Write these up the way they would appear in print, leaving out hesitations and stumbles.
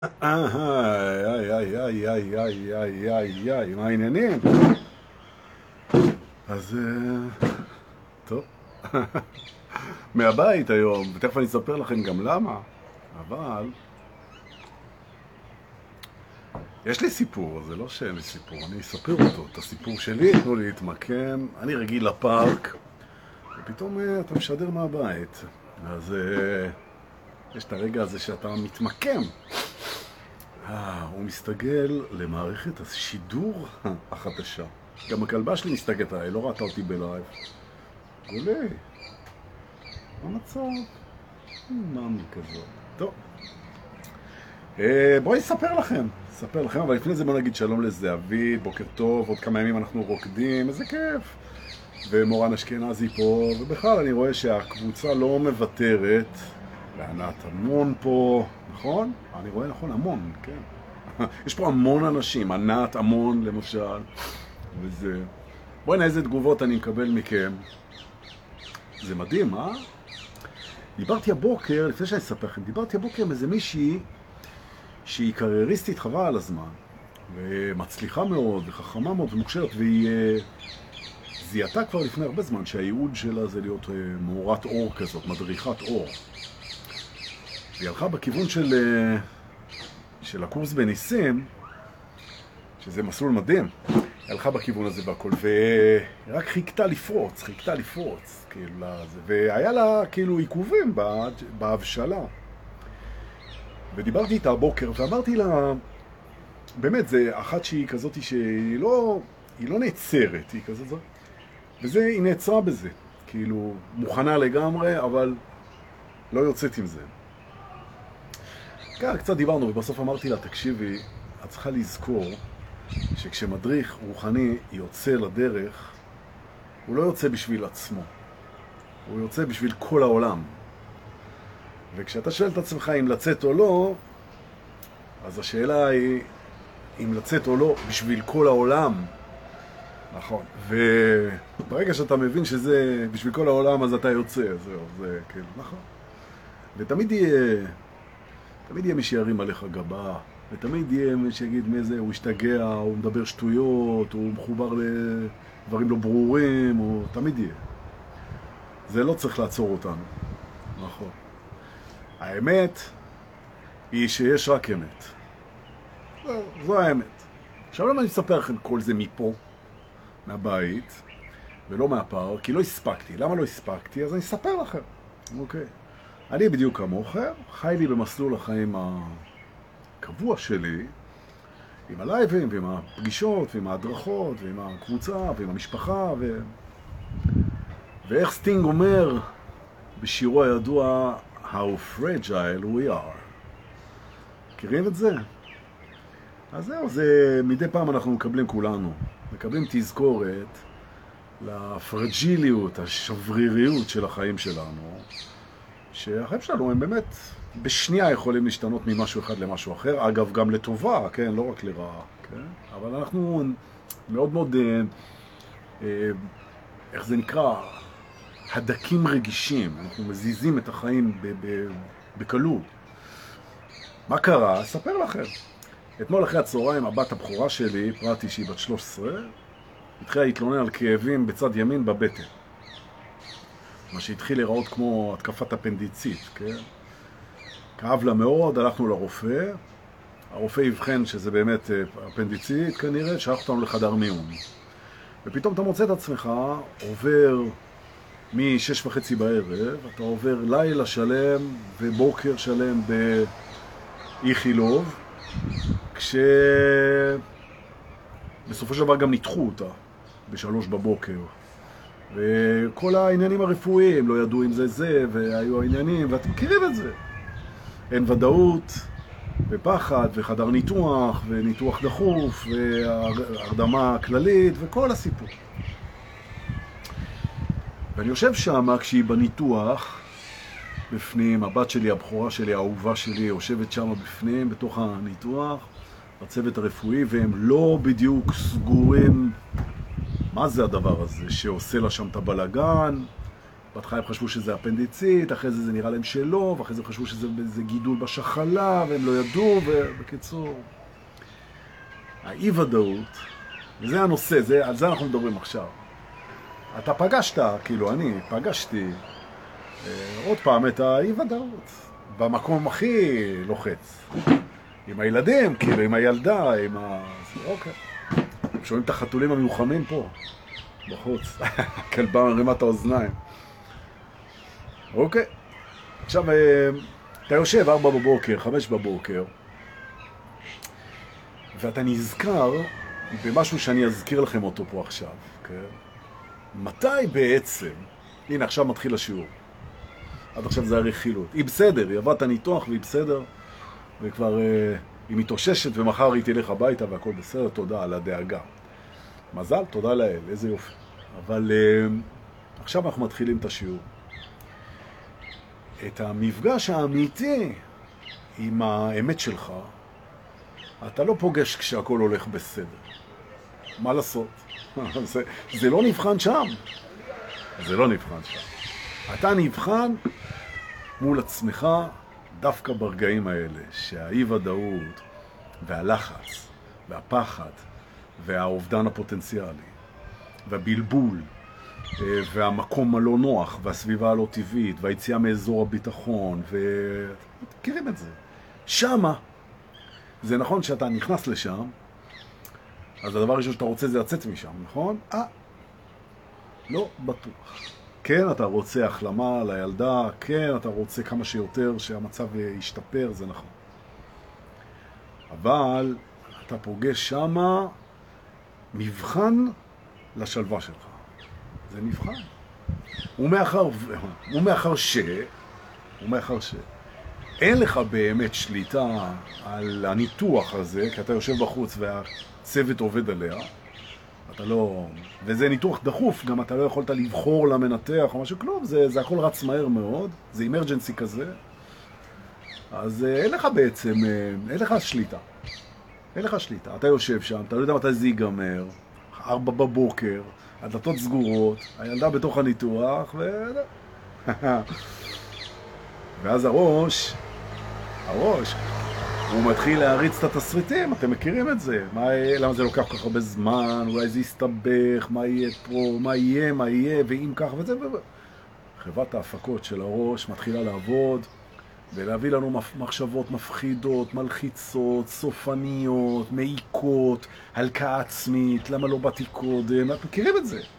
מה העניינים? אז טוב, מהבית היום, ותכף אני אספר לכם גם למה, אבל יש לי סיפור, זה לא שאין לי סיפור, אני אספר אותו, את הסיפור שלי, תנו לי להתמקם, אני רגיל לפארק, ופתאום אתה משדר מהבית, אז יש את הרגע הזה שאתה מתמקם. הוא מסתגל למערכת השידור החדשה. גם הכלבה שלי מסתגלת עליי, לא ראתה אותי בלייב. גולי, מה המצב? מאמי כזאת. טוב. בואי אספר לכם, אבל לפני זה בוא נגיד שלום לזהבית, בוקר טוב, עוד כמה ימים אנחנו רוקדים, איזה כיף. ומורן אשכנזי פה, ובכלל אני רואה שהקבוצה לא מוותרת. לענת המון פה, נכון? אני רואה נכון, המון, כן. יש פה המון אנשים, ענת המון למשל, וזה... בואי נראה איזה תגובות אני מקבל מכם. זה מדהים, אה? דיברתי הבוקר, לפני שאני אספר לכם, דיברתי הבוקר עם איזה מישהי שהיא קרייריסטית חבל על הזמן, ומצליחה מאוד, וחכמה מאוד, ומוכשרת, והיא זיהתה כבר לפני הרבה זמן שהייעוד שלה זה להיות מאורת אור כזאת, מדריכת אור. היא הלכה בכיוון של הקורס בניסים, שזה מסלול מדהים. היא הלכה בכיוון הזה והכל, והיא רק חיכתה לפרוץ, כאילו, והיה לה כאילו עיכובים בהבשלה. ודיברתי איתה הבוקר, ואמרתי לה, באמת, זה אחת שהיא כזאת שהיא לא נעצרת, היא כזאת, וזה, היא נעצרה בזה, כאילו, מוכנה לגמרי, אבל לא יוצאת עם זה. כן, קצת דיברנו, ובסוף אמרתי לה, תקשיבי, את צריכה לזכור שכשמדריך רוחני יוצא לדרך, הוא לא יוצא בשביל עצמו, הוא יוצא בשביל כל העולם. וכשאתה שואל את עצמך אם לצאת או לא, אז השאלה היא אם לצאת או לא בשביל כל העולם. נכון. וברגע שאתה מבין שזה בשביל כל העולם, אז אתה יוצא, זהו, זה כאילו, נכון. ותמיד יהיה מי שירים עליך גבה, ותמיד יהיה מי שיגיד מזה, הוא השתגע, הוא מדבר שטויות, הוא מחובר לדברים לא ברורים, הוא תמיד יהיה. זה לא צריך לעצור אותנו, נכון. האמת היא שיש רק אמת. זו האמת. עכשיו למה אני אספר לכם כל זה מפה, מהבית, ולא מהפארק, כי לא הספקתי. למה לא הספקתי? אז אני אספר לכם. אוקיי. אני בדיוק כמוכם, חי לי במסלול החיים הקבוע שלי, עם הלייבים, ועם הפגישות, ועם ההדרכות, ועם הקבוצה, ועם המשפחה, ואיך סטינג אומר בשירו הידוע, How fragile we are. מכירים את זה? אז זהו, זה מדי פעם אנחנו מקבלים כולנו. מקבלים תזכורת לפרג'יליות, השבריריות של החיים שלנו. שהחיים שלנו הם באמת בשנייה יכולים להשתנות ממשהו אחד למשהו אחר, אגב גם לטובה, כן, לא רק לרעה, כן? אבל אנחנו מאוד מאוד, איך זה נקרא, הדקים רגישים, אנחנו מזיזים את החיים בקלות. מה קרה? אספר לכם. אתמול אחרי הצהריים הבת הבכורה שלי, פרטי שהיא בת 13, התחילה להתלונן על כאבים בצד ימין בבטן. מה שהתחיל להיראות כמו התקפת אפנדיצית, כן? כאב לה מאוד, הלכנו לרופא, הרופא יבחן שזה באמת אפנדיצית כנראה, שלח אותנו לחדר מיון. ופתאום אתה מוצא את עצמך, עובר מ-6:30 בערב, אתה עובר לילה שלם ובוקר שלם באיכילוב, כשבסופו של דבר גם ניתחו אותה ב-3 בבוקר. וכל העניינים הרפואיים, לא ידעו אם זה, והיו העניינים, ואתם מכירים את זה. אין ודאות, ופחד, וחדר ניתוח, וניתוח דחוף, והרדמה כללית, וכל הסיפור. ואני יושב שם, כשהיא בניתוח, בפנים, הבת שלי, הבכורה שלי, האהובה שלי, יושבת שם בפנים, בתוך הניתוח, בצוות הרפואי, והם לא בדיוק סגורים מה זה הדבר הזה שעושה לה שם את הבלגן, בהתחלה הם חשבו שזה אפנדיצית, אחרי זה נראה להם שלא, ואחרי זה חשבו שזה גידול בשחלה, והם לא ידעו, ובקיצור, האי-ודאות, וזה הנושא, על זה אנחנו מדברים עכשיו. אתה פגשת, כאילו אני פגשתי עוד פעם את האי-ודאות, במקום הכי לוחץ. עם הילדים, כאילו, עם הילדה, עם ה... אוקיי. שומעים את החתולים המיוחמים פה, בחוץ. הכלבה מרימה את האוזניים. אוקיי. עכשיו, אתה יושב 4 בבוקר, 5 בבוקר, ואתה נזכר במשהו שאני אזכיר לכם אותו פה עכשיו, כן? מתי בעצם, הנה עכשיו מתחיל השיעור, עד עכשיו זה הרכילות, היא בסדר, היא עברה את הניתוח והיא בסדר, וכבר היא מתאוששת ומחר היא תלך הביתה והכל בסדר, תודה על הדאגה. מזל, תודה לאל, איזה יופי. אבל עכשיו אנחנו מתחילים את השיעור. את המפגש האמיתי עם האמת שלך, אתה לא פוגש כשהכל הולך בסדר. מה לעשות? זה לא נבחן שם. זה לא נבחן שם. אתה נבחן מול עצמך דווקא ברגעים האלה, שהאי-ודאות והלחץ והפחד והאובדן הפוטנציאלי והבלבול והמקום הלא נוח והסביבה הלא טבעית והיציאה מאזור הביטחון ותכירים את זה. שמה, זה נכון שאתה נכנס לשם, אז הדבר הראשון שאתה רוצה זה לצאת משם, נכון? לא בטוח. כן, אתה רוצה החלמה לילדה, כן, אתה רוצה כמה שיותר שהמצב ישתפר, זה נכון. אבל אתה פוגש שמה מבחן לשלווה שלך. זה מבחן. ומאחר ש אין לך באמת שליטה על הניתוח הזה, כי אתה יושב בחוץ והצוות עובד עליה, אתה לא... וזה ניתוח דחוף, גם אתה לא יכולת לבחור למנתח או משהו, כלום, זה הכל רץ מהר מאוד, זה אמרג'נסי כזה, אז אין לך בעצם, אין לך שליטה. אין לך שליטה. אתה יושב שם, אתה לא יודע מתי זה ייגמר, 4 בבוקר, הדלתות סגורות, הילדה בתוך הניתוח, ואז הראש, הוא מתחיל להריץ את התסריטים, אתם מכירים את זה. למה זה לוקח כל כך הרבה זמן, אולי זה יסתבך, מה יהיה פה, מה יהיה, ואם כך וזה. חברת ההפקות של הראש מתחילה לעבוד, ולהביא לנו מחשבות מפחידות, מלחיצות, סופניות, מעיקות, הלקאה עצמית, למה לא באתי קודם, אתם מכירים את זה.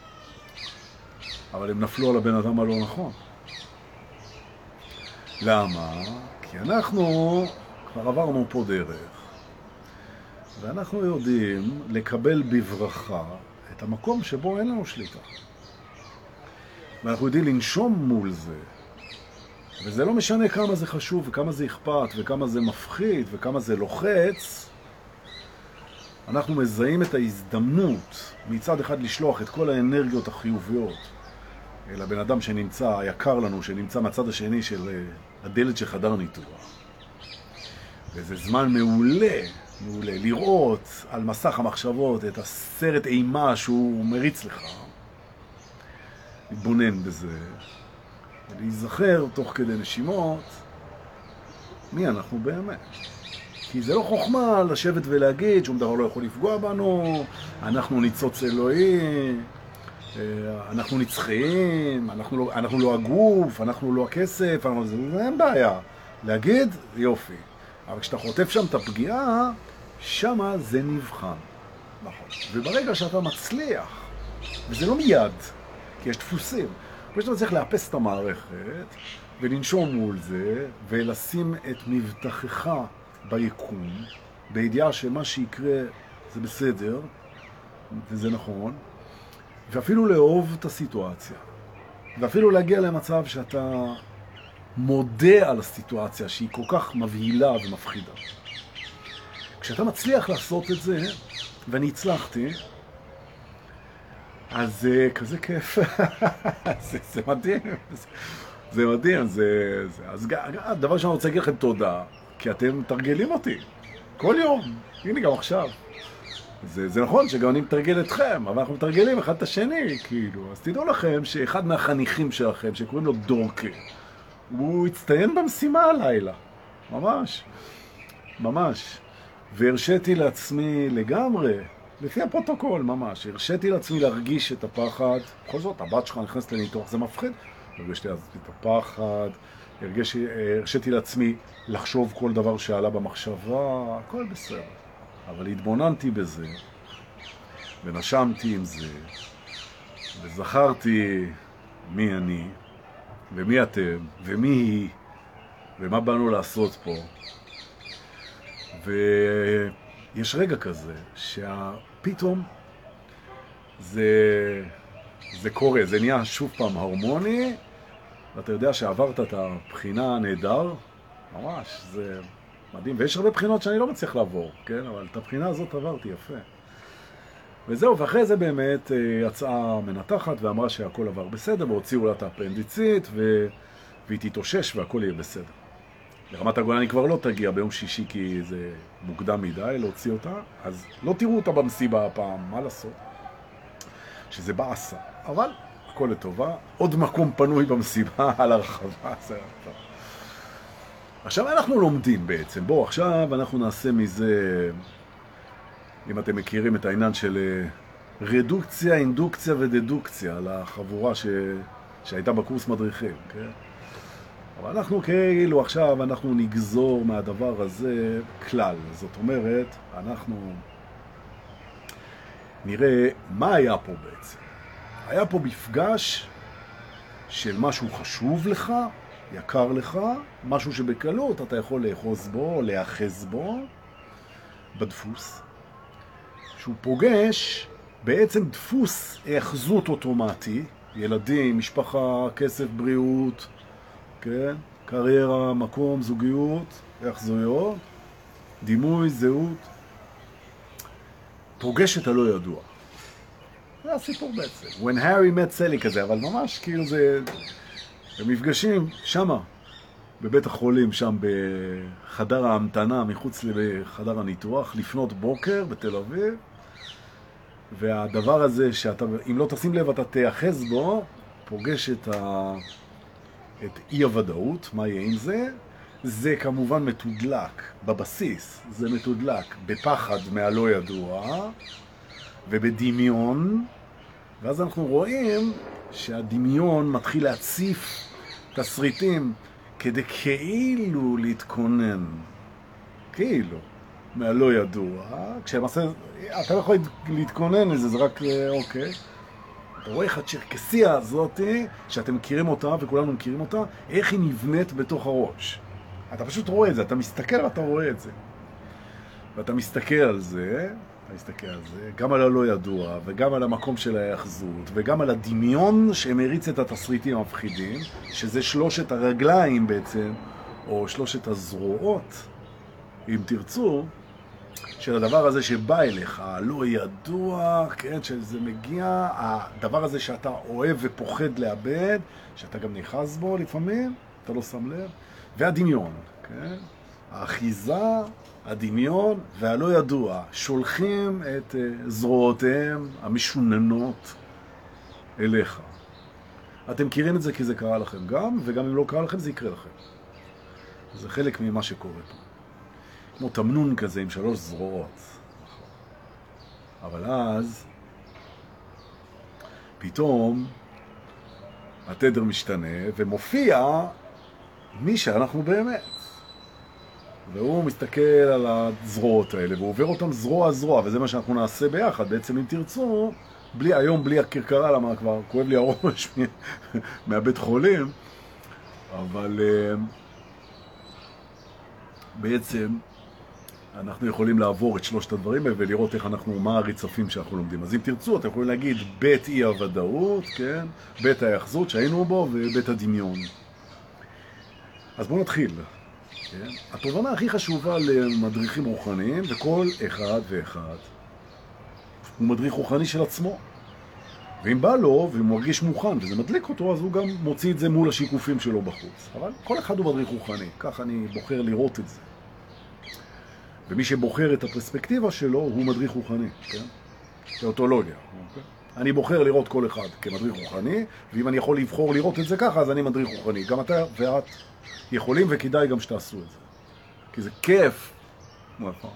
אבל הם נפלו על הבן אדם הלא נכון. למה? כי אנחנו כבר עברנו פה דרך, ואנחנו יודעים לקבל בברכה את המקום שבו אין לנו שליטה. ואנחנו יודעים לנשום מול זה, וזה לא משנה כמה זה חשוב, וכמה זה אכפת, וכמה זה מפחיד, וכמה זה לוחץ. אנחנו מזהים את ההזדמנות מצד אחד לשלוח את כל האנרגיות החיוביות אל הבן אדם שנמצא, היקר לנו, שנמצא מהצד השני של הדלת של חדר ניתוח. וזה זמן מעולה לראות על מסך המחשבות את הסרט אימה שהוא מריץ לך, להתבונן בזה, ולהיזכר תוך כדי נשימות מי אנחנו באמת. כי זה לא חוכמה לשבת ולהגיד שום דבר לא יכול לפגוע בנו, אנחנו ניצוץ אלוהי, אנחנו נצחיים, אנחנו לא הגוף, אנחנו לא הכסף, זה אין בעיה. להגיד, יופי. אבל כשאתה חוטף שם את הפגיעה, שמה זה נבחן. נכון. וברגע שאתה מצליח, וזה לא מיד, כי יש דפוסים, פשוט אתה צריך לאפס את המערכת, ולנשום מול זה, ולשים את מבטחך ביקום, בידיעה שמה שיקרה זה בסדר, וזה נכון, ואפילו לאהוב את הסיטואציה, ואפילו להגיע למצב שאתה מודה על הסיטואציה שהיא כל כך מבהילה ומפחידה. כשאתה מצליח לעשות את זה, ואני הצלחתי, אז זה כזה כיף. זה מדהים. זה מדהים. אז דבר שאני רוצה להגיד לכם תודה, כי אתם תרגלים אותי. כל יום. הנה גם עכשיו. זה נכון שגם אני מתרגל אתכם, אבל אנחנו מתרגלים אחד את השני, כאילו. אז תדעו לכם שאחד מהחניכים שלכם, שקוראים לו דורקה, הוא הצטיין במשימה הלילה. ממש. ממש. והרשיתי לעצמי לגמרי, לפי הפרוטוקול ממש, הרשיתי לעצמי להרגיש את הפחד. בכל זאת, הבת שלך נכנסת לניתוח, זה מפחיד. הרגשתי אז את הפחד, הרשיתי לעצמי לחשוב כל דבר שעלה במחשבה, הכל בסדר. אבל התבוננתי בזה, ונשמתי עם זה, וזכרתי מי אני, ומי אתם, ומי היא, ומה באנו לעשות פה. ויש רגע כזה, שפתאום זה קורה, זה נהיה שוב פעם הרמוני, ואתה יודע שעברת את הבחינה הנהדר, ממש, זה מדהים. ויש הרבה בחינות שאני לא מצליח לעבור, כן? אבל את הבחינה הזאת עברתי יפה. וזהו, ואחרי זה באמת יצאה מנתחת ואמרה שהכל עבר בסדר, והוציאו לה את האפנדיצית, והיא תתאושש והכל יהיה בסדר. לרמת הגולן היא כבר לא תגיע ביום שישי, כי זה מוקדם מדי להוציא אותה, אז לא תראו אותה במסיבה הפעם, מה לעשות? שזה בעשה, אבל הכל לטובה. עוד מקום פנוי במסיבה על הרחבה, זה טוב. עכשיו אנחנו לומדים בעצם, בואו עכשיו אנחנו נעשה מזה, אם אתם מכירים את העניין של רדוקציה, אינדוקציה ודדוקציה, על החבורה שהייתה בקורס מדריכים, כן? אבל אנחנו כאילו עכשיו אנחנו נגזור מהדבר הזה כלל. זאת אומרת, אנחנו נראה מה היה פה בעצם. היה פה מפגש של משהו חשוב לך, יקר לך, משהו שבקלות אתה יכול לאחוז בו, להאחז בו, בדפוס, שהוא פוגש בעצם דפוס האחזות אוטומטי, ילדים, משפחה, כסף, בריאות, כן? קריירה, מקום, זוגיות, האחזויות, דימוי, זהות, פוגש את הלא ידוע. זה הסיפור בעצם. When Harry met Sally כזה, אבל ממש כאילו זה במפגשים שמה, בבית החולים, שם בחדר ההמתנה, מחוץ לחדר הניתוח, לפנות בוקר בתל אביב, והדבר הזה שאתה, אם לא תשים לב אתה תאחז בו, פוגש את אי הוודאות, מה יהיה עם זה? זה כמובן מתודלק בבסיס, זה מתודלק בפחד מהלא ידוע ובדמיון, ואז אנחנו רואים שהדמיון מתחיל להציף תסריטים כדי כאילו להתכונן, כאילו, מהלא ידוע, כשלמעשה אתה לא יכול להתכונן לזה, זה רק אוקיי. אתה רואה איך הצ'רקסיה הזאת, שאתם מכירים אותה וכולנו מכירים אותה, איך היא נבנית בתוך הראש. אתה פשוט רואה את זה, אתה מסתכל ואתה רואה את זה. ואתה מסתכל על זה, גם על הלא ידוע, וגם על המקום של ההאחזות, וגם על הדמיון שמריץ את התסריטים המפחידים, שזה שלושת הרגליים בעצם, או שלושת הזרועות, אם תרצו, של הדבר הזה שבא אליך, לא ידוע, כן, שזה מגיע, הדבר הזה שאתה אוהב ופוחד לאבד, שאתה גם נחז בו לפעמים, אתה לא שם לב, והדמיון, כן? האחיזה, הדמיון והלא ידוע, שולחים את זרועותיהם המשוננות אליך. אתם מכירים את זה כי זה קרה לכם גם, וגם אם לא קרה לכם זה יקרה לכם. זה חלק ממה שקורה פה. כמו תמנון כזה עם 3 זרועות. אבל אז פתאום התדר משתנה ומופיע מי שאנחנו באמת. והוא מסתכל על הזרועות האלה והוא עובר אותם זרוע זרוע, וזה מה שאנחנו נעשה ביחד. בעצם אם תרצו, היום בלי הכרכרה, למה כבר כואב לי הראש מהבית חולים, אבל בעצם אנחנו יכולים לעבור את שלושת הדברים האלה ולראות איך אנחנו, מה הריצופים שאנחנו לומדים. אז אם תרצו, אתם יכולים להגיד בית אי הוודאות, כן? בית ההאחזות שהיינו בו ובית הדמיון. אז בואו נתחיל. כן? התובנה הכי חשובה למדריכים רוחניים, וכל אחד ואחד הוא מדריך רוחני של עצמו. ואם בא לו, ואם הוא מרגיש מוכן, וזה מדליק אותו, אז הוא גם מוציא את זה מול השיקופים שלו בחוץ. אבל כל אחד הוא מדריך רוחני, כך אני בוחר לראות את זה. ומי שבוחר את הפרספקטיבה שלו הוא מדריך רוחני, כן? תיאוטולוגיה. אוקיי? אני בוחר לראות כל אחד כמדריך רוחני, ואם אני יכול לבחור לראות את זה ככה, אז אני מדריך רוחני. גם אתה ואת יכולים וכדאי גם שתעשו את זה. כי זה כיף. נכון.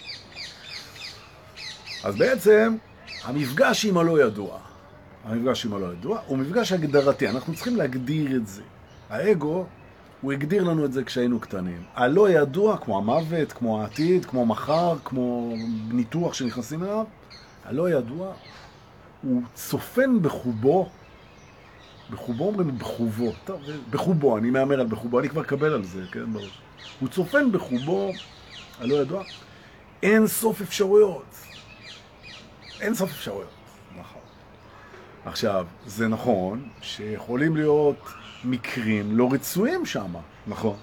אז בעצם, המפגש עם הלא ידוע, הוא מפגש הגדרתי. אנחנו צריכים להגדיר את זה. האגו, הוא הגדיר לנו את זה כשהיינו קטנים. הלא ידוע, כמו המוות, כמו העתיד, כמו מחר, כמו ניתוח שנכנסים אליו, הלא ידוע, הוא צופן בחובו, אומרים בחובו, טוב, בחובו, אני מאמר על בחובו, אני כבר קבל על זה, כן, בראש. הוא צופן בחובו, הלא ידוע, אין סוף אפשרויות. נכון. עכשיו, זה נכון שיכולים להיות מקרים לא רצויים שם, נכון.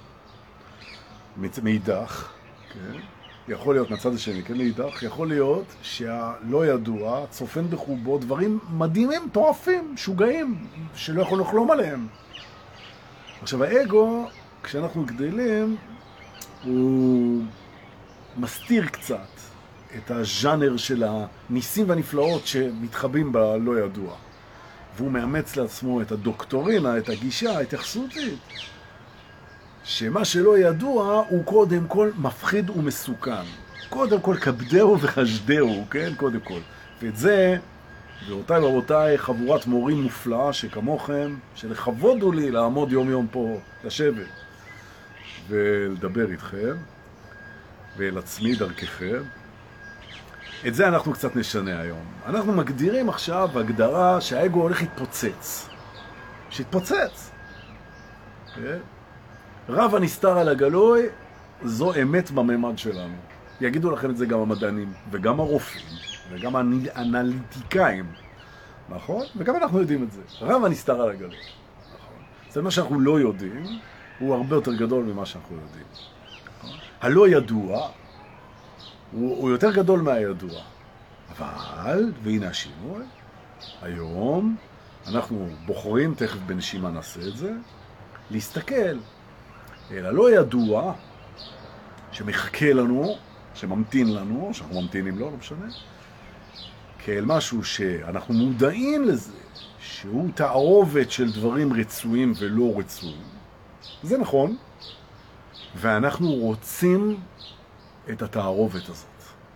מאידך, כן? יכול להיות מהצד השני, כן, מאידך, יכול להיות שהלא ידוע צופן בחובו דברים מדהימים, טורפים, שוגעים, שלא יכול לחלום עליהם. עכשיו, האגו, כשאנחנו גדלים, הוא מסתיר קצת את הז'אנר של הניסים והנפלאות שמתחבאים בלא ידוע. והוא מאמץ לעצמו את הדוקטורינה, את הגישה ההתייחסותית, שמה שלא ידוע הוא קודם כל מפחיד ומסוכן. קודם כל כבדהו וחשדהו, כן? קודם כל. ואת זה, ואותיי ורבותיי, חבורת מורים מופלאה שכמוכם, שלכבוד הוא לי לעמוד יום יום פה, לשבת ולדבר איתכם, ואל עצמי דרככם. את זה אנחנו קצת נשנה היום. אנחנו מגדירים עכשיו הגדרה שהאגו הולך להתפוצץ. שיתפוצץ. כן? רב הנסתר על הגלוי, זו אמת בממד שלנו. יגידו לכם את זה גם המדענים, וגם הרופאים, וגם האנליטיקאים. נכון? וגם אנחנו יודעים את זה. רב הנסתר על הגלוי. נכון. זה מה שאנחנו לא יודעים, הוא הרבה יותר גדול ממה שאנחנו יודעים. נכון? הלא ידוע, הוא יותר גדול מהידוע. אבל, והנה השינוי, היום אנחנו בוחרים, תכף בנשימה נעשה את זה, להסתכל אל הלא ידוע, שמחכה לנו, שממתין לנו, שאנחנו ממתינים לו, לא משנה, כאל משהו שאנחנו מודעים לזה, שהוא תערובת של דברים רצויים ולא רצויים. זה נכון, ואנחנו רוצים את התערובת הזאת.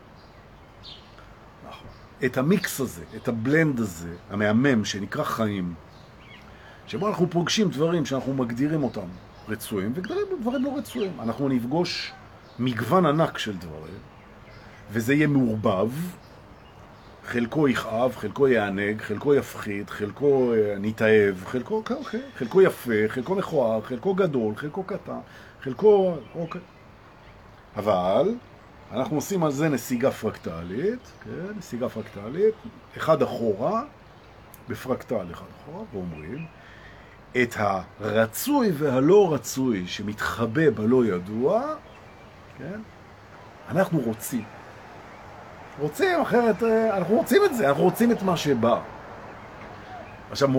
נכון. את המיקס הזה, את הבלנד הזה, המהמם שנקרא חיים, שבו אנחנו פוגשים דברים שאנחנו מגדירים אותם רצויים, ודברים לא רצויים. אנחנו נפגוש מגוון ענק של דברים, וזה יהיה מעורבב, חלקו יכאב, חלקו יענג, חלקו יפחיד, חלקו נתאהב, חלקו יפה, חלקו מכוער, חלקו גדול, חלקו קטן, חלקו... אוקיי. אבל אנחנו עושים על זה נסיגה פרקטלית, כן? נסיגה פרקטלית, אחד אחורה, בפרקטל אחד אחורה, ואומרים, את הרצוי והלא רצוי שמתחבא בלא ידוע, כן? אנחנו רוצים. אחרת, אנחנו רוצים את זה, אנחנו רוצים את מה שבא. עכשיו,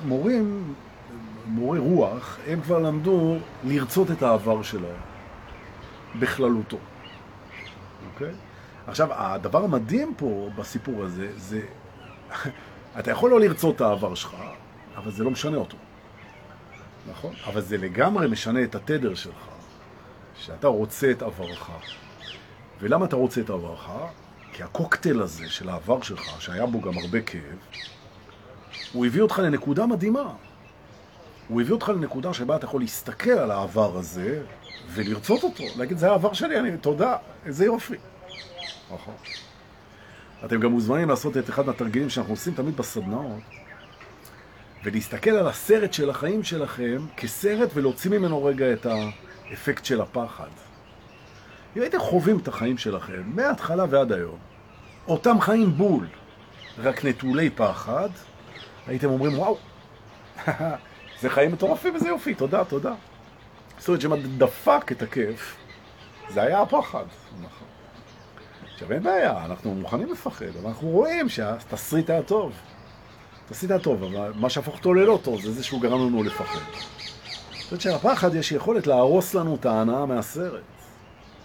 מורי רוח, הם כבר למדו לרצות את העבר שלהם, בכללותו. אוקיי? עכשיו, הדבר המדהים פה בסיפור הזה, זה, אתה יכול לא לרצות את העבר שלך, אבל זה לא משנה אותו. נכון? אבל זה לגמרי משנה את התדר שלך, שאתה רוצה את עברך. ולמה אתה רוצה את עברך? כי הקוקטייל הזה של העבר שלך, שהיה בו גם הרבה כאב, הוא הביא אותך לנקודה מדהימה. הוא הביא אותך לנקודה שבה אתה יכול להסתכל על העבר הזה ולרצות אותו. להגיד, זה העבר שלי, תודה, איזה יופי. נכון. אתם גם מוזמנים לעשות את אחד מהתרגילים שאנחנו עושים תמיד בסדנאות, ולהסתכל על הסרט של החיים שלכם כסרט ולהוציא ממנו רגע את האפקט של הפחד. אם הייתם חווים את החיים שלכם מההתחלה ועד היום, אותם חיים בול, רק נטולי פחד, הייתם אומרים, וואו, זה חיים מטורפים וזה יופי, תודה, תודה. זאת אומרת, שמה דפק את הכיף, זה היה הפחד. נכון. עכשיו אין בעיה, אנחנו מוכנים לפחד, אבל אנחנו רואים שהתסריט היה טוב. התסריט היה טוב, אבל מה שהפך אותו ללא טוב, זה שהוא גרם לנו לפחד. זאת אומרת שהפחד יש יכולת להרוס לנו את ההנאה מהסרט.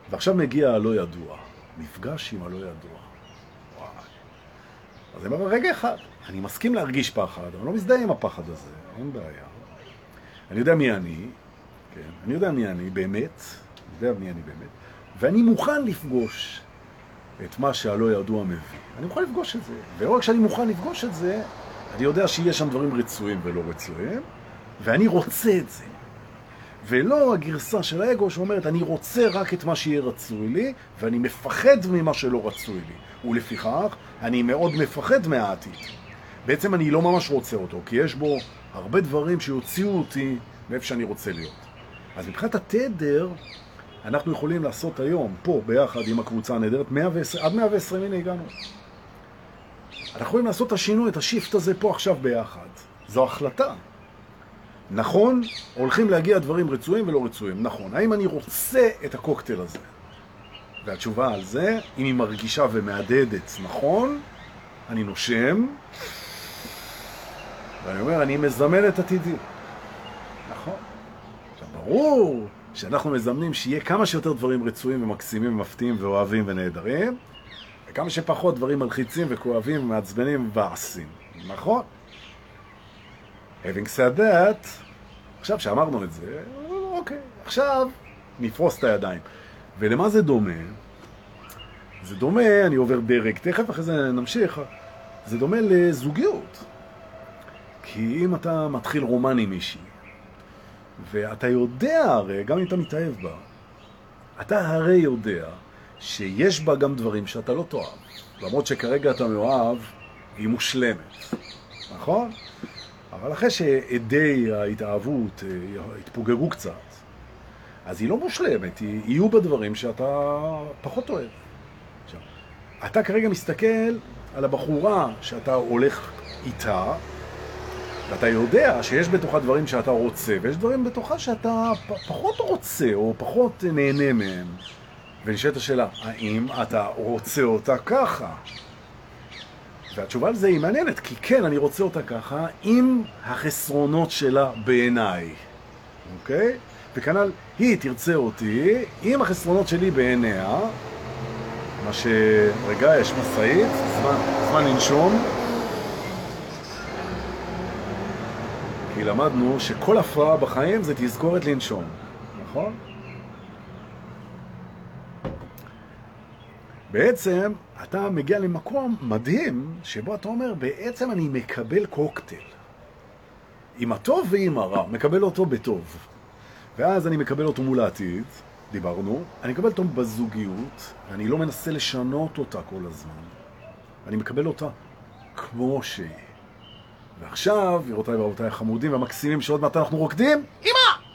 ועכשיו מגיע הלא ידוע, מפגש עם הלא ידוע. וואי. אז אני אומר, רגע אחד, אני מסכים להרגיש פחד, אבל לא מזדהה עם הפחד הזה, אין בעיה. אני יודע מי אני, כן? אני יודע מי אני באמת, ואני מוכן לפגוש את מה שהלא ידוע מביא. אני מוכן לפגוש את זה, ולא רק שאני מוכן לפגוש את זה, אני יודע שיש שם דברים רצויים ולא רצויים, ואני רוצה את זה. ולא הגרסה של האגו שאומרת, אני רוצה רק את מה שיהיה רצוי לי, ואני מפחד ממה שלא רצוי לי. ולפיכך, אני מאוד מפחד מהעתיד. בעצם אני לא ממש רוצה אותו, כי יש בו הרבה דברים שיוציאו אותי מאיפה שאני רוצה להיות. אז מבחינת התדר, אנחנו יכולים לעשות היום, פה, ביחד עם הקבוצה הנהדרת, עד 120, הנה הגענו. אנחנו יכולים לעשות את השינוי, את השיפט הזה פה עכשיו ביחד. זו החלטה. נכון, הולכים להגיע דברים רצויים ולא רצויים. נכון, האם אני רוצה את הקוקטייל הזה? והתשובה על זה, אם היא מרגישה ומעדדת, נכון, אני נושם, ואני אומר, אני מזמן את עתידי. נכון. עכשיו, ברור שאנחנו מזמנים שיהיה כמה שיותר דברים רצויים ומקסימים ומפתיעים ואוהבים ונהדרים, וכמה שפחות דברים מלחיצים וכואבים ומעצבנים ובעשים. נכון? Having said that, עכשיו שאמרנו את זה, אוקיי, עכשיו נפרוס את הידיים. ולמה זה דומה? זה דומה, אני עובר דרג, תכף אחרי זה נמשיך, זה דומה לזוגיות. כי אם אתה מתחיל רומן עם מישהי, ואתה יודע הרי, גם אם אתה מתאהב בה, אתה הרי יודע שיש בה גם דברים שאתה לא תאהב. למרות שכרגע אתה מאוהב, היא מושלמת. נכון? אבל אחרי שעדי ההתאהבות התפוגגו קצת, אז היא לא מושלמת, יהיו בה דברים שאתה פחות אוהב. עכשיו, אתה כרגע מסתכל על הבחורה שאתה הולך איתה, ואתה יודע שיש בתוכה דברים שאתה רוצה, ויש דברים בתוכה שאתה פחות רוצה או פחות נהנה מהם. ונשאלת השאלה, האם אתה רוצה אותה ככה? והתשובה על זה היא מעניינת, כי כן, אני רוצה אותה ככה, עם החסרונות שלה בעיניי. אוקיי? וכנ"ל, היא תרצה אותי, עם החסרונות שלי בעיניה, מה רגע, יש מסעית, זמן לנשום. כי למדנו שכל הפרעה בחיים זה תזכורת לנשום, נכון? בעצם אתה מגיע למקום מדהים שבו אתה אומר, בעצם אני מקבל קוקטייל. עם הטוב ועם הרע, מקבל אותו בטוב. ואז אני מקבל אותו מול העתיד, דיברנו, אני מקבל אותו בזוגיות, ואני לא מנסה לשנות אותה כל הזמן. אני מקבל אותה כמו שהיא. ועכשיו, ירותיי ורבותיי החמודים והמקסימים שעוד מעט אנחנו רוקדים, אמא!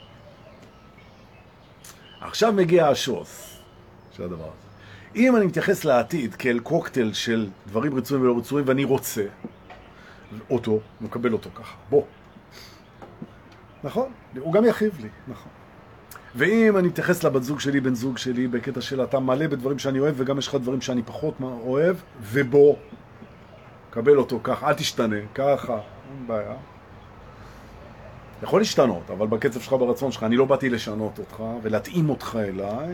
עכשיו מגיע השוס של הדבר הזה. אם אני מתייחס לעתיד כאל קוקטייל של דברים רצויים ולא רצויים, ואני רוצה אותו, מקבל אותו ככה, בוא. נכון? הוא גם יחיב לי, נכון. ואם אני מתייחס לבת זוג שלי, בן זוג שלי, בקטע של אתה מלא בדברים שאני אוהב, וגם יש לך דברים שאני פחות אוהב, ובוא, קבל אותו ככה, אל תשתנה, ככה, אין בעיה. יכול להשתנות, אבל בקצב שלך, ברצון שלך, אני לא באתי לשנות אותך ולהתאים אותך אליי.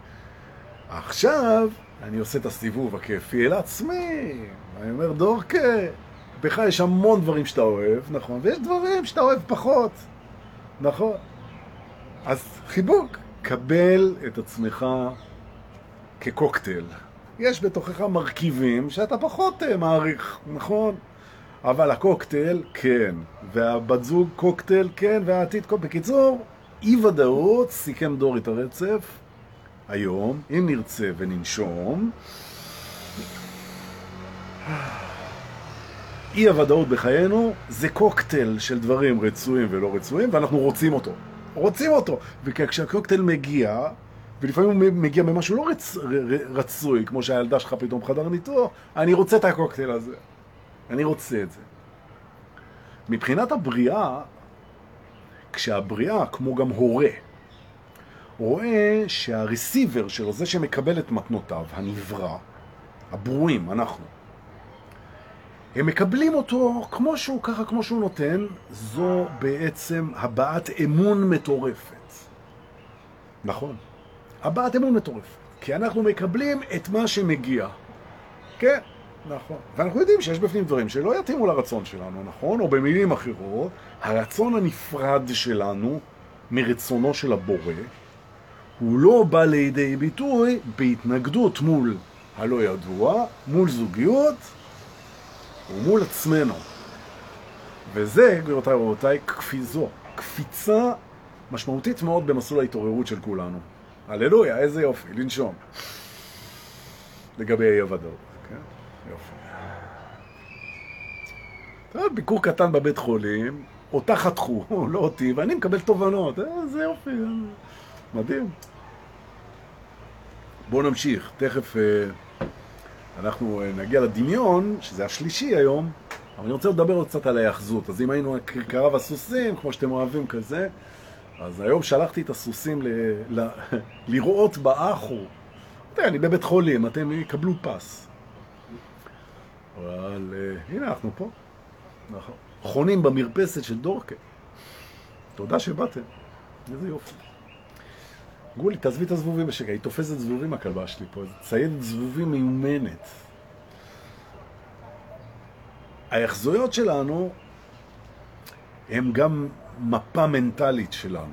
עכשיו אני עושה את הסיבוב הכיפי אל עצמי. אני אומר, דורקה, בך יש המון דברים שאתה אוהב, נכון? ויש דברים שאתה אוהב פחות, נכון? אז חיבוק, קבל את עצמך כקוקטייל. יש בתוכך מרכיבים שאתה פחות מעריך, נכון? אבל הקוקטייל, כן. והבת זוג קוקטייל, כן. והעתיד קוקטייל. בקיצור, אי ודאות, סיכם דור את הרצף. היום, אם נרצה וננשום, אי הוודאות בחיינו זה קוקטייל של דברים רצויים ולא רצויים, ואנחנו רוצים אותו. רוצים אותו. וכשהקוקטייל מגיע, ולפעמים הוא מגיע ממשהו לא רצוי, כמו שהילדה שלך פתאום חדר ניתוח, אני רוצה את הקוקטייל הזה. אני רוצה את זה. מבחינת הבריאה, כשהבריאה, כמו גם הורה, רואה שהרסיבר שלו, זה שמקבל את מתנותיו, הנברא, הברואים, אנחנו, הם מקבלים אותו כמו שהוא, ככה כמו שהוא נותן, זו בעצם הבעת אמון מטורפת. נכון. הבעת אמון מטורפת. כי אנחנו מקבלים את מה שמגיע. כן, נכון. ואנחנו יודעים שיש בפנים דברים שלא יתאימו לרצון שלנו, נכון? או במילים אחרות, הרצון הנפרד שלנו מרצונו של הבורא, הוא לא בא לידי ביטוי בהתנגדות מול הלא ידוע, מול זוגיות ומול עצמנו. וזה, גבירותיי ורבותיי, קפיצה משמעותית מאוד במסלול ההתעוררות של כולנו. הללויה, איזה יופי, לנשום. לגבי אי-הוודאות, כן? יופי. טוב, ביקור קטן בבית חולים, אותה חתכו, לא אותי, ואני מקבל תובנות. זה יופי, מדהים. בואו נמשיך, תכף אנחנו נגיע לדמיון, שזה השלישי היום, אבל אני רוצה לדבר עוד קצת על ההיאחזות. אז אם היינו כרכרה והסוסים, כמו שאתם אוהבים כזה, אז היום שלחתי את הסוסים לראות באחו. אני בבית חולים, אתם יקבלו פס. אבל הנה אנחנו פה. נכון. חונים במרפסת של דורקה. תודה שבאתם. איזה יופי. גולי, תעזבי את הזבובים בשקע. היא תופסת זבובים הכלבה שלי פה. ציידת זבובים מיומנת. ההיאחזויות שלנו הם גם מפה מנטלית שלנו.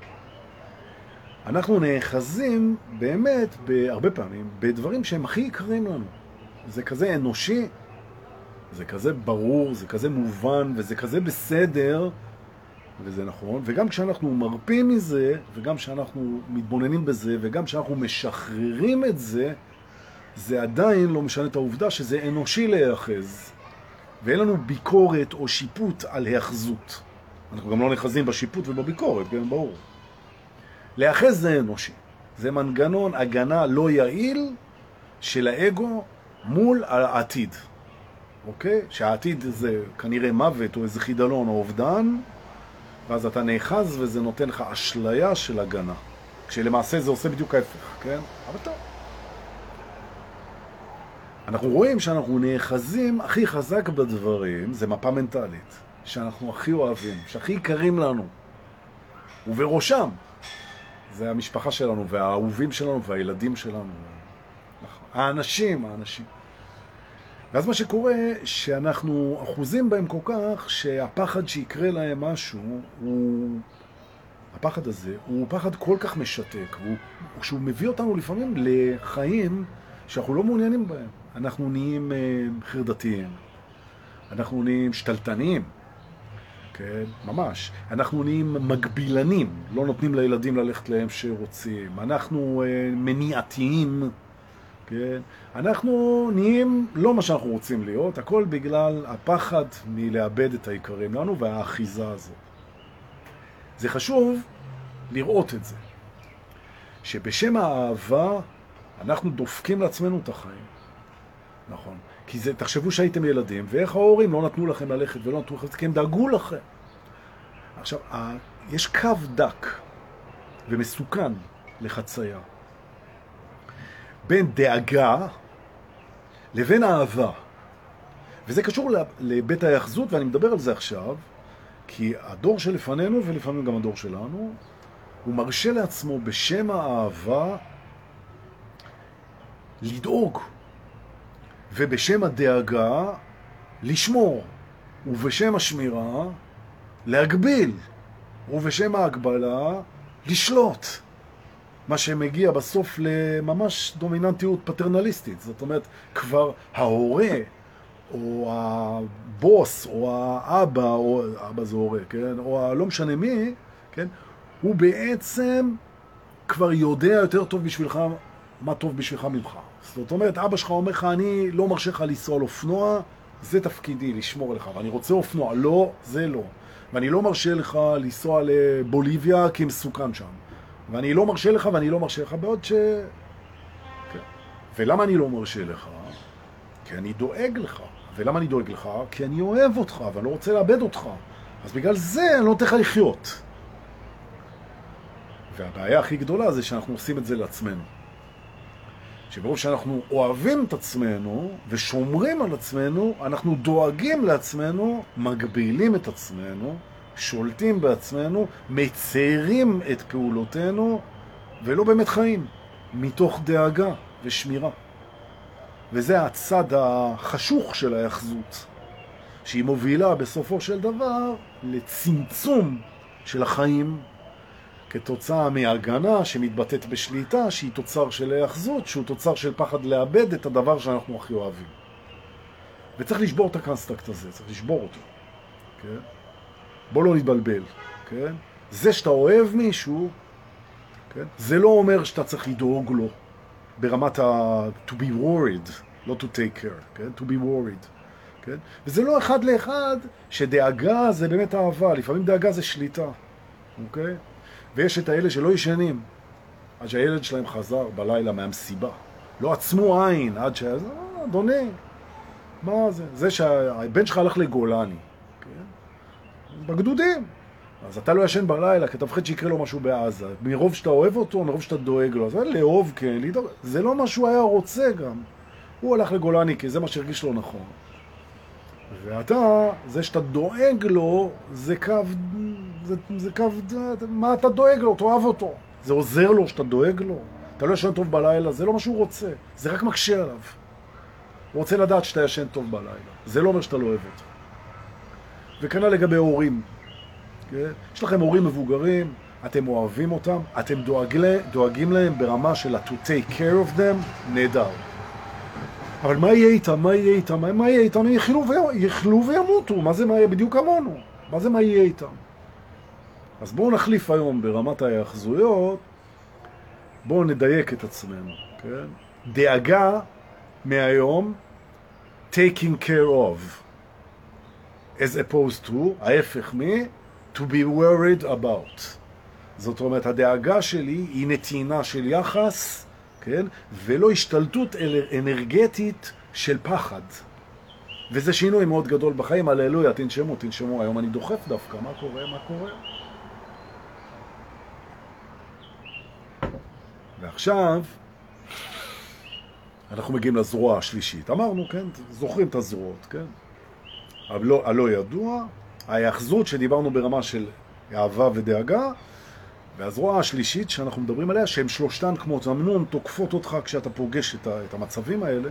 אנחנו נאחזים באמת, הרבה פעמים, בדברים שהם הכי יקרים לנו. זה כזה אנושי, זה כזה ברור, זה כזה מובן, וזה כזה בסדר, וזה נכון. וגם כשאנחנו מרפים מזה, וגם כשאנחנו מתבוננים בזה, וגם כשאנחנו משחררים את זה, זה עדיין לא משנה את העובדה שזה אנושי להיאחז. ואין לנו ביקורת או שיפוט על היאחזות. אנחנו גם לא נחזים בשיפוט ובביקורת, כן, ברור. להיאחז זה אנושי. זה מנגנון הגנה לא יעיל של האגו מול העתיד. אוקיי? שהעתיד זה כנראה מוות או איזה חידלון או אובדן, ואז אתה נאחז וזה נותן לך אשליה של הגנה. כשלמעשה זה עושה בדיוק ההפך, כן? אבל טוב. אנחנו רואים שאנחנו נאחזים הכי חזק בדברים, זה מפה מנטלית, שאנחנו הכי אוהבים, שהכי יקרים לנו. ובראשם, זה המשפחה שלנו, והאהובים שלנו, והילדים שלנו. האנשים. ואז מה שקורה, שאנחנו אחוזים בהם כל כך, שהפחד שיקרה להם משהו, הפחד הזה, הוא פחד כל כך משתק, שהוא מביא אותנו לפעמים לחיים שאנחנו לא מעוניינים בהם. אנחנו נהיים חרדתיים, אנחנו נהיים שתלטניים, כן, ממש. אנחנו נהיים מגבילנים, לא נותנים לילדים ללכת להם שרוצים. אנחנו מניעתיים, כן. אנחנו נהיים לא מה שאנחנו רוצים להיות, הכל בגלל הפחד מלאבד את העיקרים לנו והאחיזה הזאת. זה חשוב לראות את זה, שבשם האהבה אנחנו דופקים לעצמנו את החיים. נכון. כי זה, תחשבו שהייתם ילדים, ואיך ההורים לא נתנו לכם ללכת ולא נתנו לכם, כי הם דאגו לכם. עכשיו, יש קו דק ומסוכן לחצייה. בין דאגה לבין אהבה. וזה קשור לבית ההיאחזות, ואני מדבר על זה עכשיו, כי הדור שלפנינו, ולפעמים גם הדור שלנו, הוא מרשה לעצמו בשם האהבה לדאוג. ובשם הדאגה לשמור, ובשם השמירה להגביל, ובשם ההגבלה לשלוט. מה שמגיע בסוף לממש דומיננטיות פטרנליסטית. זאת אומרת, כבר ההורה, או הבוס, או האבא, או אבא זה הורה, כן? או לא משנה מי, כן? הוא בעצם כבר יודע יותר טוב בשבילך, מה טוב בשבילך ממך. זאת אומרת, אבא שלך אומר לך, אני לא מרשה לך לנסוע על אופנוע, זה תפקידי, לשמור עליך. ואני רוצה אופנוע, לא, זה לא. ואני לא מרשה לך לנסוע לבוליביה, כי מסוכן שם. ואני לא מרשה לך, ואני לא מרשה לך, בעוד ש... כן. ולמה אני לא מרשה לך? כי אני דואג לך. ולמה אני דואג לך? כי אני אוהב אותך, ואני לא רוצה לאבד אותך. אז בגלל זה אני לא נותן לך לחיות. והבעיה הכי גדולה זה שאנחנו עושים את זה לעצמנו. שברוב שאנחנו אוהבים את עצמנו ושומרים על עצמנו, אנחנו דואגים לעצמנו, מגבילים את עצמנו, שולטים בעצמנו, מציירים את פעולותינו ולא באמת חיים. מתוך דאגה ושמירה. וזה הצד החשוך של היחזות, שהיא מובילה בסופו של דבר לצמצום של החיים, כתוצאה מהגנה שמתבטאת בשליטה, שהיא תוצר של היחזות, שהוא תוצר של פחד לאבד את הדבר שאנחנו הכי אוהבים. וצריך לשבור את הקונסטרקט הזה, צריך לשבור אותו. כן? בוא לא נתבלבל. כן? זה שאתה אוהב מישהו, כן? זה לא אומר שאתה צריך לדאוג לו ברמת to be worried, לא to take care, כן? to be worried. כן? וזה לא אחד לאחד שדאגה זה באמת אהבה, לפעמים דאגה זה שליטה. אוקיי? ויש את האלה שלא ישנים עד שהילד שלהם חזר בלילה מהמסיבה. לא עצמו עין עד אדוני, מה זה? זה שהבן שלך הלך לגולני, כן? בגדודים. אז אתה לא ישן בלילה, כי אתה מפחד שיקרה לו משהו בעזה. מרוב שאתה אוהב אותו, מרוב שאתה דואג לו. זה לאהוב, כן, לדאוג. זה לא מה שהוא היה רוצה גם. הוא הלך לגולני, כי זה מה שהרגיש לו נכון. ואתה, זה שאתה דואג לו, זה קו, מה אתה דואג לו? תאהב אותו. זה עוזר לו שאתה דואג לו. אתה לא ישן טוב בלילה, זה לא מה שהוא רוצה. זה רק מקשה עליו. הוא רוצה לדעת שאתה ישן טוב בלילה. זה לא אומר שאתה לא אוהב אותו. וכנ"ל לגבי הורים. כן? יש לכם הורים מבוגרים, אתם אוהבים אותם, אתם דואגים להם ברמה של to take care of them, נהדר. אבל מה יהיה איתם? מה יהיה איתם? מה יהיה איתם? הם יחלו וימותו. מה זה מה יהיה? בדיוק כמונו. מה זה מה יהיה איתם? אז בואו נחליף היום ברמת ההיאחזויות, בואו נדייק את עצמנו. כן? דאגה מהיום, taking care of, as opposed to, ההפך to be worried about. זאת אומרת, הדאגה שלי היא נתינה של יחס, כן? ולא השתלטות אנרגטית של פחד. וזה שינוי מאוד גדול בחיים. הללויה, תנשמו. היום אני דוחף דווקא. מה קורה? ועכשיו, אנחנו מגיעים לזרוע השלישית. אמרנו, כן? זוכרים את הזרועות, כן? אבל הלא ידוע, ההיאחזות שדיברנו ברמה של אהבה ודאגה, והזרוע השלישית שאנחנו מדברים עליה, שהן שלושתן כמו תמנון, תוקפות אותך כשאתה פוגש את המצבים האלה,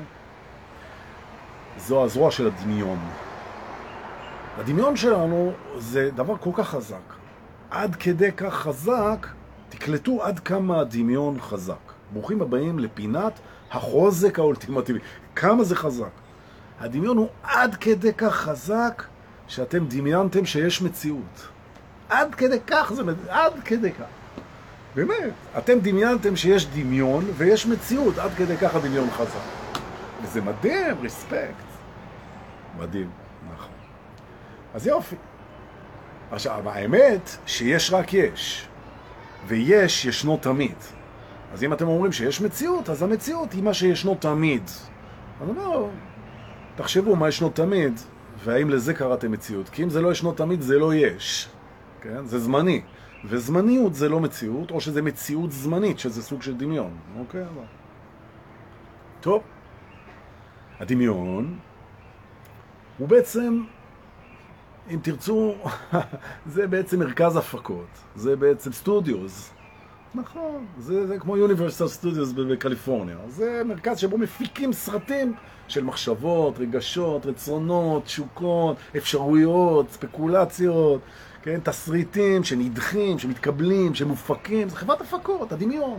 זו הזרוע של הדמיון. הדמיון שלנו זה דבר כל כך חזק. עד כדי כך חזק, תקלטו עד כמה הדמיון חזק. ברוכים הבאים לפינת החוזק האולטימטיבי. כמה זה חזק. הדמיון הוא עד כדי כך חזק, שאתם דמיינתם שיש מציאות. עד כדי כך עד כדי כך. באמת, אתם דמיינתם שיש דמיון ויש מציאות, עד כדי כך הדמיון חזק. וזה מדהים, רספקט. מדהים, נכון. אז יופי. עכשיו, האמת שיש רק יש. ויש ישנו תמיד. אז אם אתם אומרים שיש מציאות, אז המציאות היא מה שישנו תמיד. אני אומר, תחשבו מה ישנו תמיד, והאם לזה קראתם מציאות. כי אם זה לא ישנו תמיד, זה לא יש. כן? זה זמני. וזמניות זה לא מציאות, או שזה מציאות זמנית, שזה סוג של דמיון. אוקיי? טוב. הדמיון הוא בעצם, אם תרצו, זה בעצם מרכז הפקות. זה בעצם סטודיוס. נכון. זה כמו Universal Studios בקליפורניה. זה מרכז שבו מפיקים סרטים של מחשבות, רגשות, רצונות, תשוקות, אפשרויות, ספקולציות, כן? תסריטים שנדחים, שמתקבלים, שמופקים. זה חברת הפקות, הדמיון.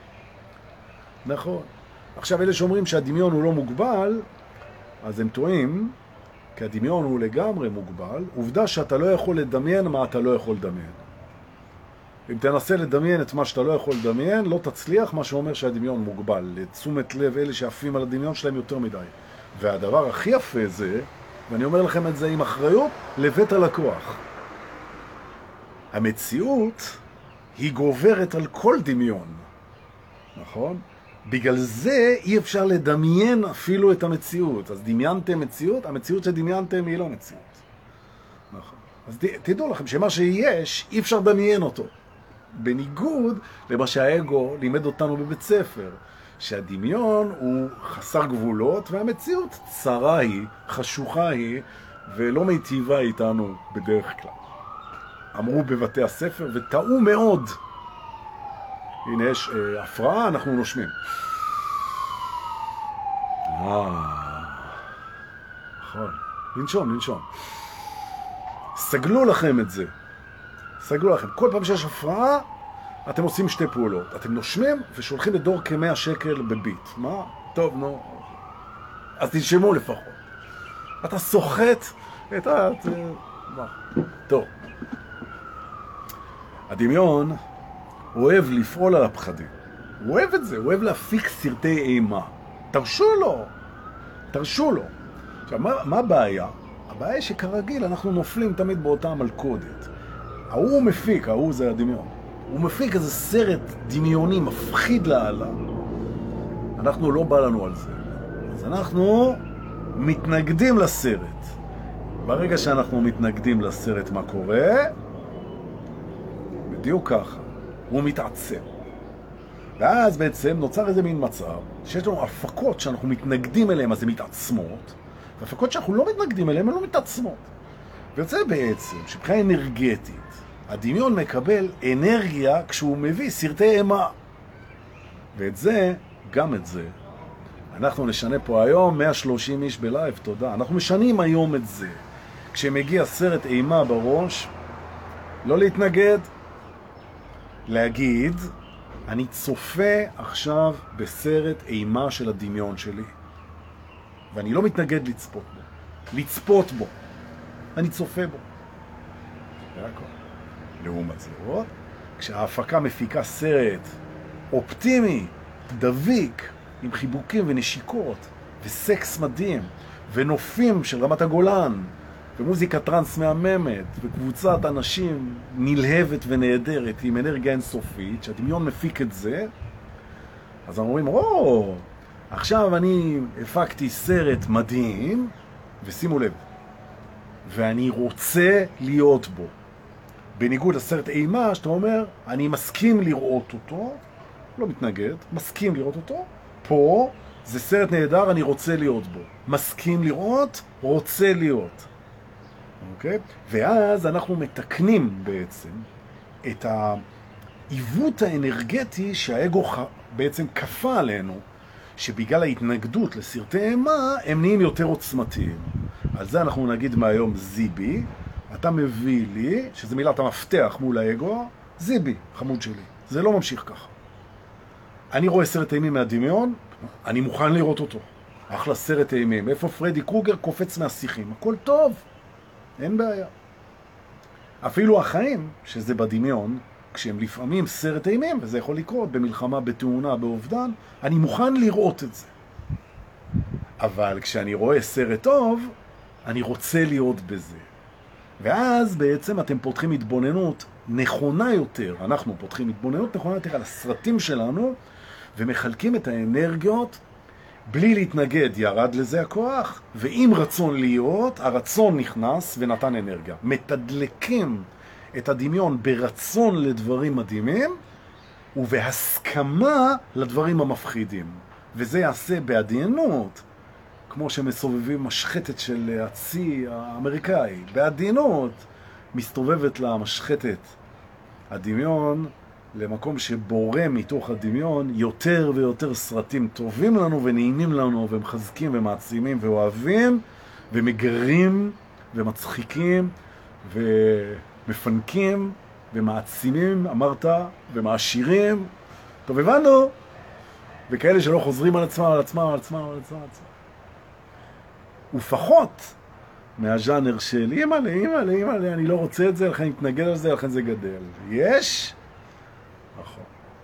נכון. עכשיו, אלה שאומרים שהדמיון הוא לא מוגבל, אז הם טועים, כי הדמיון הוא לגמרי מוגבל. עובדה שאתה לא יכול לדמיין מה אתה לא יכול לדמיין. אם תנסה לדמיין את מה שאתה לא יכול לדמיין, לא תצליח, מה שאומר שהדמיון מוגבל. לתשומת לב אלה שעפים על הדמיון שלהם יותר מדי. והדבר הכי יפה זה, ואני אומר לכם את זה עם אחריות, לבית הלקוח. המציאות היא גוברת על כל דמיון. נכון? בגלל זה אי אפשר לדמיין אפילו את המציאות. אז דמיינתם מציאות, המציאות שדמיינתם היא לא מציאות. נכון. אז תדעו לכם שמה שיש, אי אפשר לדמיין אותו. בניגוד למה שהאגו לימד אותנו בבית ספר, שהדמיון הוא חסר גבולות והמציאות צרה היא, חשוכה היא, ולא מיטיבה איתנו בדרך כלל. אמרו בבתי הספר וטעו מאוד. הנה יש הפרעה, אנחנו נושמים. נכון. לנשום. סגלו לכם את זה. סגלו לכם. כל פעם שיש הפרעה, אתם עושים שתי פעולות. אתם נושמים ושולחים לדור כ100 שקל בביט. מה? טוב, נו. אז תנשמו לפחות. אתה סוחט את ה... טוב. הדמיון אוהב לפעול על הפחדים. הוא אוהב את זה, הוא אוהב להפיק סרטי אימה. תרשו לו. עכשיו, מה הבעיה? הבעיה היא שכרגיל אנחנו נופלים תמיד באותה מלכודת. ההוא מפיק, ההוא זה הדמיון. הוא מפיק איזה סרט דמיוני מפחיד לעלה. אנחנו לא בא לנו על זה. אז אנחנו מתנגדים לסרט. ברגע שאנחנו מתנגדים לסרט, מה קורה? בדיוק ככה. הוא מתעצם. ואז בעצם נוצר איזה מין מצב שיש לנו הפקות שאנחנו מתנגדים אליהן, אז הן מתעצמות, והפקות שאנחנו לא מתנגדים אליהן, הן לא מתעצמות. ויוצא בעצם שבחינה אנרגטית, הדמיון מקבל אנרגיה כשהוא מביא סרטי אימה. ואת זה, גם את זה, אנחנו נשנה פה היום 130 איש בלייב, תודה. אנחנו משנים היום את זה. כשמגיע סרט אימה בראש, לא להתנגד, להגיד, אני צופה עכשיו בסרט אימה של הדמיון שלי. ואני לא מתנגד לצפות בו. אני צופה בו. זה הכל. לעומת זאת, כשההפקה מפיקה סרט אופטימי, דביק, עם חיבוקים ונשיקות, וסקס מדהים, ונופים של רמת הגולן, ומוזיקה טרנס מהממת, וקבוצת אנשים נלהבת ונהדרת עם אנרגיה אינסופית, שהדמיון מפיק את זה, אז אנחנו אומרים, עכשיו אני הפקתי סרט מדהים, ושימו לב, ואני רוצה להיות בו. בניגוד לסרט אימה, שאתה אומר, אני מסכים לראות אותו, לא מתנגד, מסכים לראות אותו, פה זה סרט נהדר, אני רוצה להיות בו. מסכים לראות, רוצה להיות. אוקיי? ואז אנחנו מתקנים בעצם את העיוות האנרגטי שהאגו בעצם כפה עלינו, שבגלל ההתנגדות לסרטי אימה, הם נהיים יותר עוצמתיים. על זה אנחנו נגיד מהיום זיבי, אתה מביא לי, שזה מילת המפתח מול האגו, זיבי, חמוד שלי. זה לא ממשיך ככה. אני רואה סרט אימים מהדמיון, אני מוכן לראות אותו. אחלה סרט אימים. איפה פרדי קרוגר קופץ מהשיחים? הכל טוב. אין בעיה. אפילו החיים, שזה בדמיון, כשהם לפעמים סרט אימים, וזה יכול לקרות במלחמה, בתאונה, באובדן, אני מוכן לראות את זה. אבל כשאני רואה סרט טוב, אני רוצה להיות בזה. ואז בעצם אתם פותחים התבוננות נכונה יותר, אנחנו פותחים התבוננות נכונה יותר על הסרטים שלנו, ומחלקים את האנרגיות בלי להתנגד, ירד לזה הכוח, ועם רצון להיות, הרצון נכנס ונתן אנרגיה. מתדלקים את הדמיון ברצון לדברים מדהימים, ובהסכמה לדברים המפחידים. וזה יעשה בעדיינות, כמו שמסובבים משחטת של הצי האמריקאי. בעדיינות מסתובבת לה משחטת הדמיון, למקום שבורא מתוך הדמיון יותר ויותר סרטים טובים לנו ונעימים לנו ומחזקים ומעצימים ואוהבים ומגרים ומצחיקים ומפנקים ומעצימים, אמרת, ומעשירים. טוב, הבנו. וכאלה שלא חוזרים על עצמם, על עצמם, על עצמם, על עצמם, על עצמם. ופחות מהז'אנר של אימא'לה, אני לא רוצה את זה, לכן אני מתנגד על זה, לכן זה גדל. יש? נכון.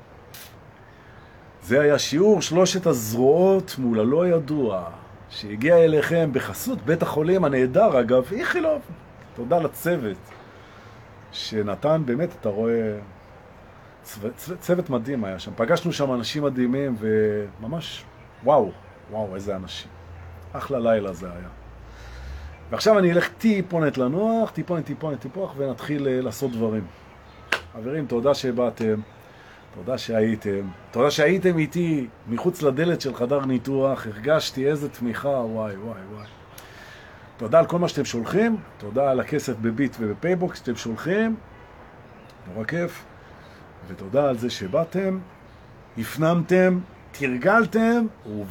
זה היה שיעור 3 הזרועות מול הלא ידוע, שהגיע אליכם בחסות בית החולים הנהדר, אגב, איכילוב. תודה לצוות שנתן, באמת, אתה רואה, צוות מדהים היה שם. פגשנו שם אנשים מדהימים, וממש, וואו, איזה אנשים. אחלה לילה זה היה. ועכשיו אני אלך טיפונת לנוח, טיפוח, ונתחיל לעשות דברים. חברים, תודה שבאתם, תודה שהייתם איתי מחוץ לדלת של חדר ניתוח, הרגשתי איזה תמיכה, וואי. תודה על כל מה שאתם שולחים, תודה על הכסף בביט ובפייבוקס שאתם שולחים, נורא כיף, ותודה על זה שבאתם. הפנמתם, תרגלתם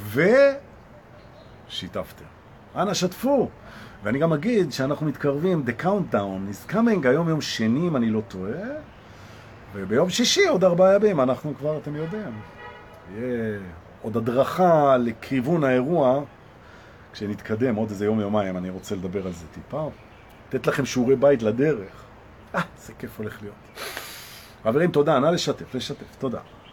ושיתפתם. אנא שתפו. ואני גם אגיד שאנחנו מתקרבים, the countdown is coming, היום יום שני אם אני לא טועה, וביום שישי עוד 4 ימים, אנחנו כבר, אתם יודעים, יהיה עוד הדרכה לכיוון האירוע, כשנתקדם עוד איזה יום-יומיים, אני רוצה לדבר על זה טיפה, לתת לכם שיעורי בית לדרך. זה כיף הולך להיות. חברים, תודה, נא לשתף, תודה.